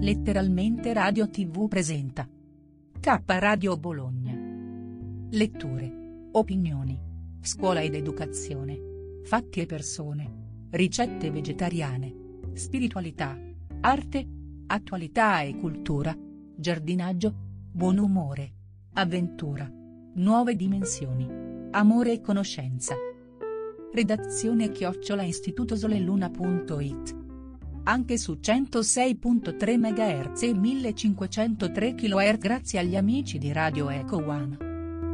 Letteralmente Radio TV presenta K Radio Bologna. Letture, opinioni, scuola ed educazione, fatti e persone, ricette vegetariane, spiritualità, arte, attualità e cultura, giardinaggio, buon umore, avventura, nuove dimensioni, amore e conoscenza. Redazione @istitutosoleluna.it. Anche su 106.3 MHz e 1503 kHz grazie agli amici di Radio Eco One.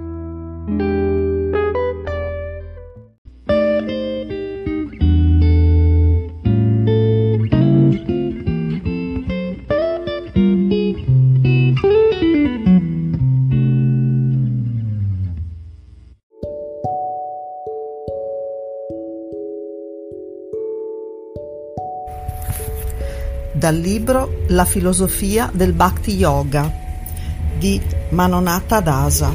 Dal libro La filosofia del Bhakti Yoga di Manonata Dasa.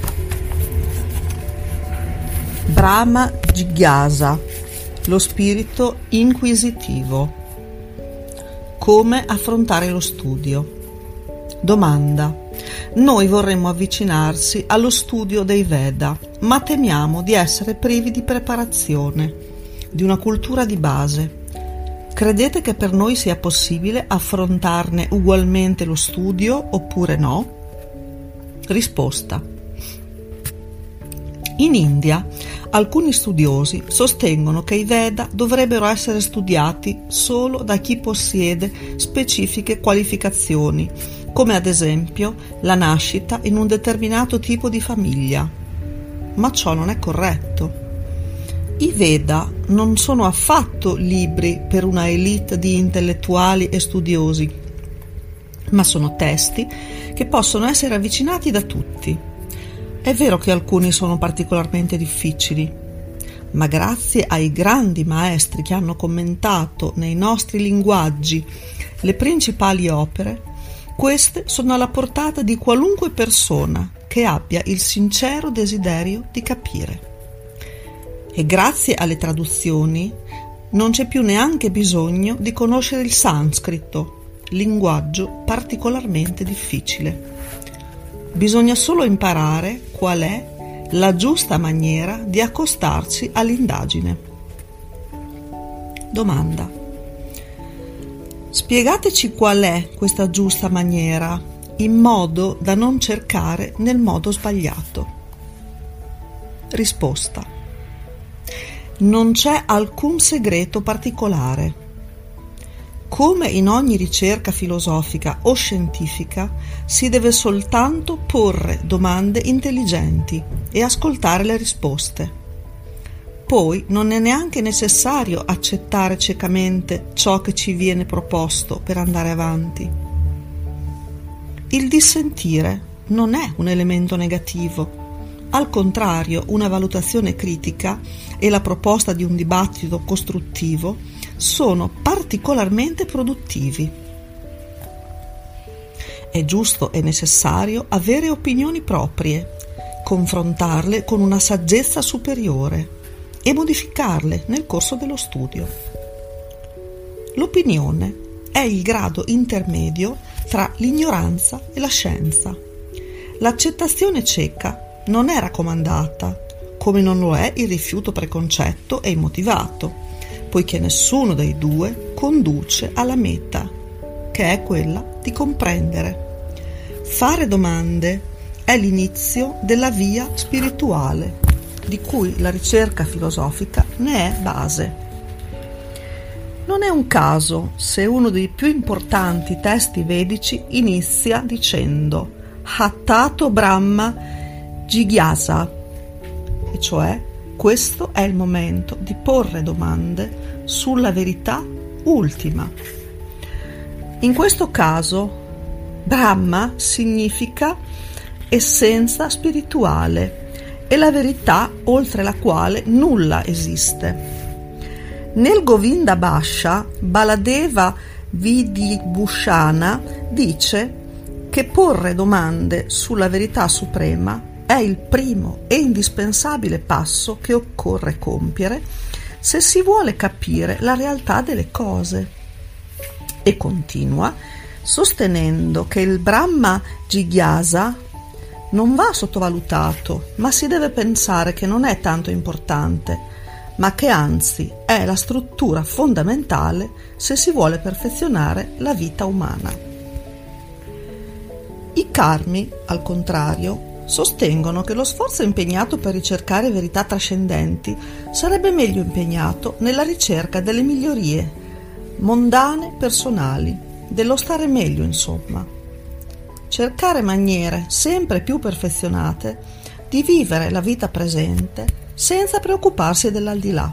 Brahma Jigyasa, lo spirito inquisitivo. Come affrontare lo studio? Domanda. Noi vorremmo avvicinarsi allo studio dei Veda, ma temiamo di essere privi di preparazione, di una cultura di base. Credete che per noi sia possibile affrontarne ugualmente lo studio oppure no? Risposta. In India, alcuni studiosi sostengono che i Veda dovrebbero essere studiati solo da chi possiede specifiche qualificazioni, come ad esempio la nascita in un determinato tipo di famiglia. Ma ciò non è corretto. I Veda non sono affatto libri per una elite di intellettuali e studiosi, ma sono testi che possono essere avvicinati da tutti. È vero che alcuni sono particolarmente difficili, ma grazie ai grandi maestri che hanno commentato nei nostri linguaggi le principali opere, queste sono alla portata di qualunque persona che abbia il sincero desiderio di capire. E grazie alle traduzioni non c'è più neanche bisogno di conoscere il sanscrito, linguaggio particolarmente difficile. Bisogna solo imparare qual è la giusta maniera di accostarsi all'indagine. Domanda. Spiegateci qual è questa giusta maniera, in modo da non cercare nel modo sbagliato. Risposta. Non c'è alcun segreto particolare. Come in ogni ricerca filosofica o scientifica, si deve soltanto porre domande intelligenti e ascoltare le risposte. Poi non è neanche necessario accettare ciecamente ciò che ci viene proposto per andare avanti. Il dissentire non è un elemento negativo. Al contrario, una valutazione critica e la proposta di un dibattito costruttivo sono particolarmente produttivi. È giusto e necessario avere opinioni proprie, confrontarle con una saggezza superiore e modificarle nel corso dello studio. L'opinione è il grado intermedio tra l'ignoranza e la scienza. L'accettazione cieca non è raccomandata, come non lo è il rifiuto preconcetto e immotivato, poiché nessuno dei due conduce alla meta, che è quella di comprendere. Fare domande è l'inizio della via spirituale, di cui la ricerca filosofica ne è base. Non è un caso se uno dei più importanti testi vedici inizia dicendo Hattato Brahma Jigyasa, e cioè questo è il momento di porre domande sulla verità ultima. In questo caso Brahma significa essenza spirituale e la verità oltre la quale nulla esiste. Nel Govinda Bhasha, Baladeva Vidibhushana dice che porre domande sulla verità suprema è il primo e indispensabile passo che occorre compiere se si vuole capire la realtà delle cose. E continua, sostenendo che il Brahma Jigyasa non va sottovalutato, ma si deve pensare che non è tanto importante, ma che anzi è la struttura fondamentale se si vuole perfezionare la vita umana. I karmi, al contrario, sostengono che lo sforzo impegnato per ricercare verità trascendenti sarebbe meglio impegnato nella ricerca delle migliorie mondane personali, dello stare meglio, insomma. Cercare maniere sempre più perfezionate di vivere la vita presente senza preoccuparsi dell'aldilà.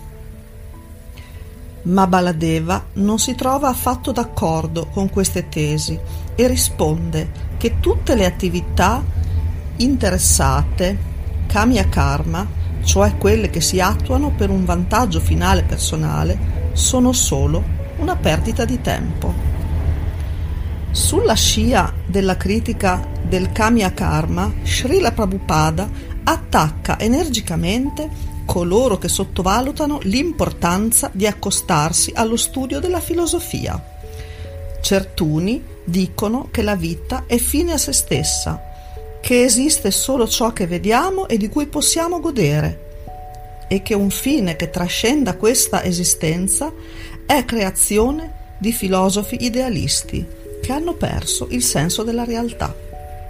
Ma Baladeva non si trova affatto d'accordo con queste tesi e risponde che tutte le attività interessate, kamya karma, cioè quelle che si attuano per un vantaggio finale personale, sono solo una perdita di tempo. Sulla scia della critica del kamya karma, Srila Prabhupada attacca energicamente coloro che sottovalutano l'importanza di accostarsi allo studio della filosofia. Certuni dicono che la vita è fine a se stessa, che esiste solo ciò che vediamo e di cui possiamo godere, e che un fine che trascenda questa esistenza è creazione di filosofi idealisti che hanno perso il senso della realtà.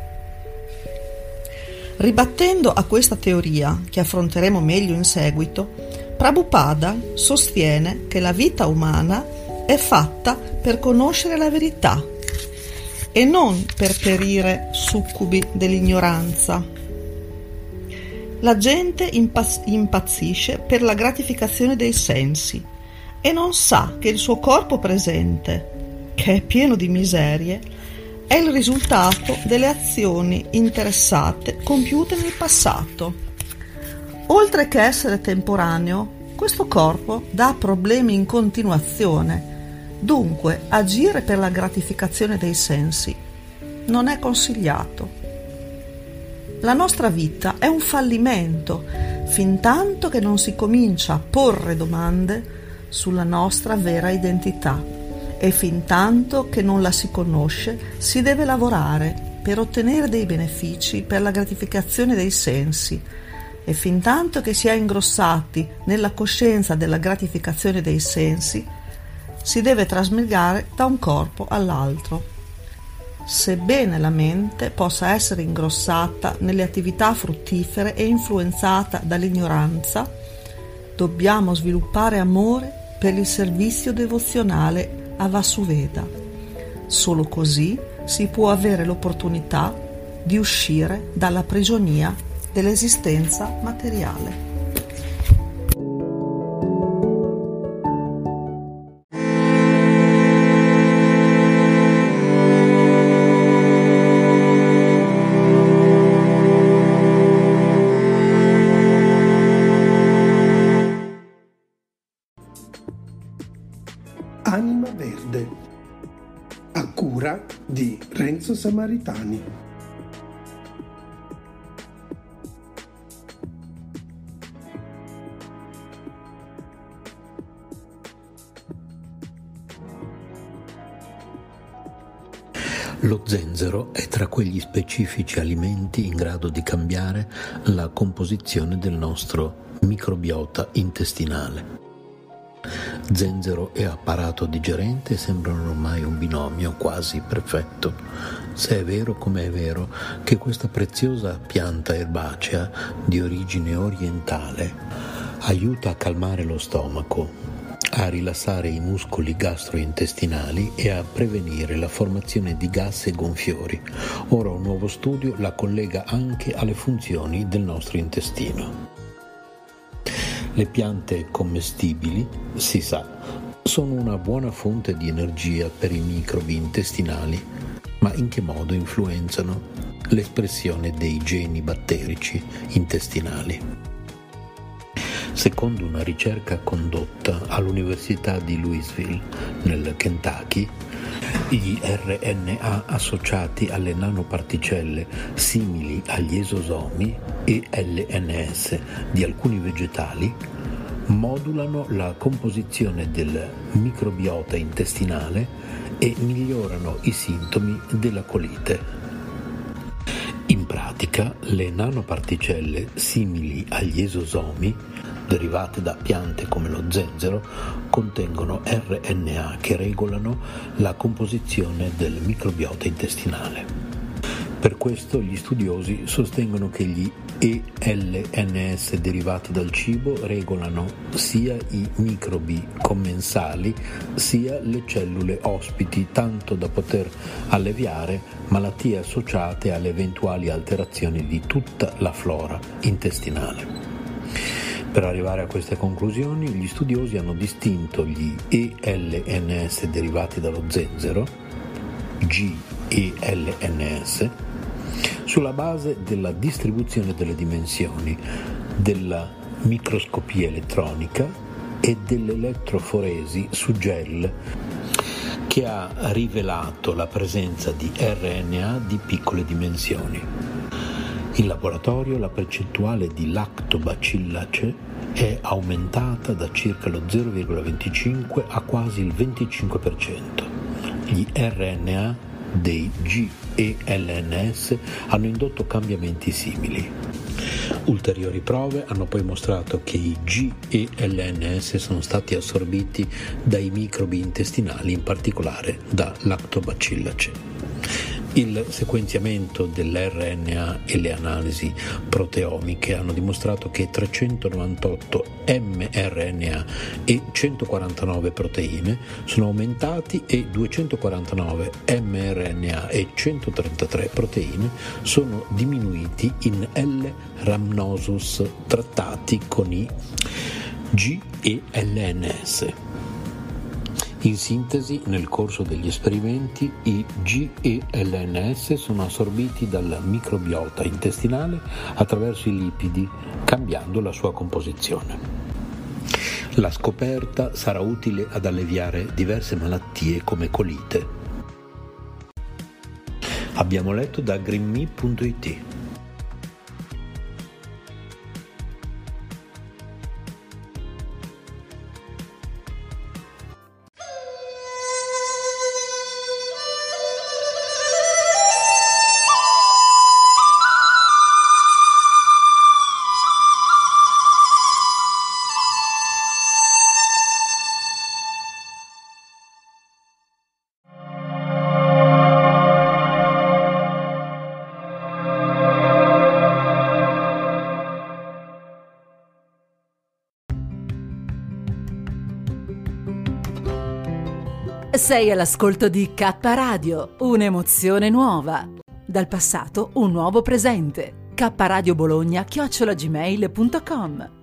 Ribattendo a questa teoria, che affronteremo meglio in seguito, Prabhupada sostiene che la vita umana è fatta per conoscere la verità e non per perire succubi dell'ignoranza. La gente impazzisce per la gratificazione dei sensi e non sa che il suo corpo presente, che è pieno di miserie, è il risultato delle azioni interessate compiute nel passato. Oltre che essere temporaneo, questo corpo dà problemi in continuazione, dunque agire per la gratificazione dei sensi non è consigliato. La nostra vita è un fallimento fintanto che non si comincia a porre domande sulla nostra vera identità. E fintanto che non la si conosce, si deve lavorare per ottenere dei benefici per la gratificazione dei sensi. E fintanto che si è ingrossati nella coscienza della gratificazione dei sensi, si deve trasmigrare da un corpo all'altro. Sebbene la mente possa essere ingrossata nelle attività fruttifere e influenzata dall'ignoranza, dobbiamo sviluppare amore per il servizio devozionale a Vasuveda. Solo così si può avere l'opportunità di uscire dalla prigionia dell'esistenza materiale. Anima Verde, a cura di Renzo Samaritani. Lo zenzero è tra quegli specifici alimenti in grado di cambiare la composizione del nostro microbiota intestinale. Zenzero e apparato digerente sembrano ormai un binomio quasi perfetto, se è vero come è vero che questa preziosa pianta erbacea di origine orientale aiuta a calmare lo stomaco, a rilassare i muscoli gastrointestinali e a prevenire la formazione di gas e gonfiori. Ora un nuovo studio la collega anche alle funzioni del nostro intestino. Le piante commestibili, si sa, sono una buona fonte di energia per i microbi intestinali, ma in che modo influenzano l'espressione dei geni batterici intestinali? Secondo una ricerca condotta all'Università di Louisville, nel Kentucky, gli RNA associati alle nanoparticelle simili agli esosomi e LNS di alcuni vegetali modulano la composizione del microbiota intestinale e migliorano i sintomi della colite. In pratica, le nanoparticelle simili agli esosomi, derivate da piante come lo zenzero, contengono RNA che regolano la composizione del microbiota intestinale. Per questo gli studiosi sostengono che gli ELNS derivati dal cibo regolano sia i microbi commensali sia le cellule ospiti, tanto da poter alleviare malattie associate alle eventuali alterazioni di tutta la flora intestinale. Per arrivare a queste conclusioni, gli studiosi hanno distinto gli ELNS derivati dallo zenzero, GELNS, sulla base della distribuzione delle dimensioni, della microscopia elettronica e dell'elettroforesi su gel, che ha rivelato la presenza di RNA di piccole dimensioni. In laboratorio la percentuale di Lactobacillacee è aumentata da circa lo 0,25 a quasi il 25%. Gli RNA dei GELNS hanno indotto cambiamenti simili. Ulteriori prove hanno poi mostrato che i GELNS sono stati assorbiti dai microbi intestinali, in particolare da Lactobacillacee. Il sequenziamento dell'RNA e le analisi proteomiche hanno dimostrato che 398 mRNA e 149 proteine sono aumentati e 249 mRNA e 133 proteine sono diminuiti in L-rhamnosus trattati con i GELNS. In sintesi, nel corso degli esperimenti, i GELNS sono assorbiti dal microbiota intestinale attraverso i lipidi, cambiando la sua composizione. La scoperta sarà utile ad alleviare diverse malattie come colite. Abbiamo letto da greenme.it. Sei all'ascolto di K Radio, un'emozione nuova. Dal passato un nuovo presente. kradiobologna@gmail.com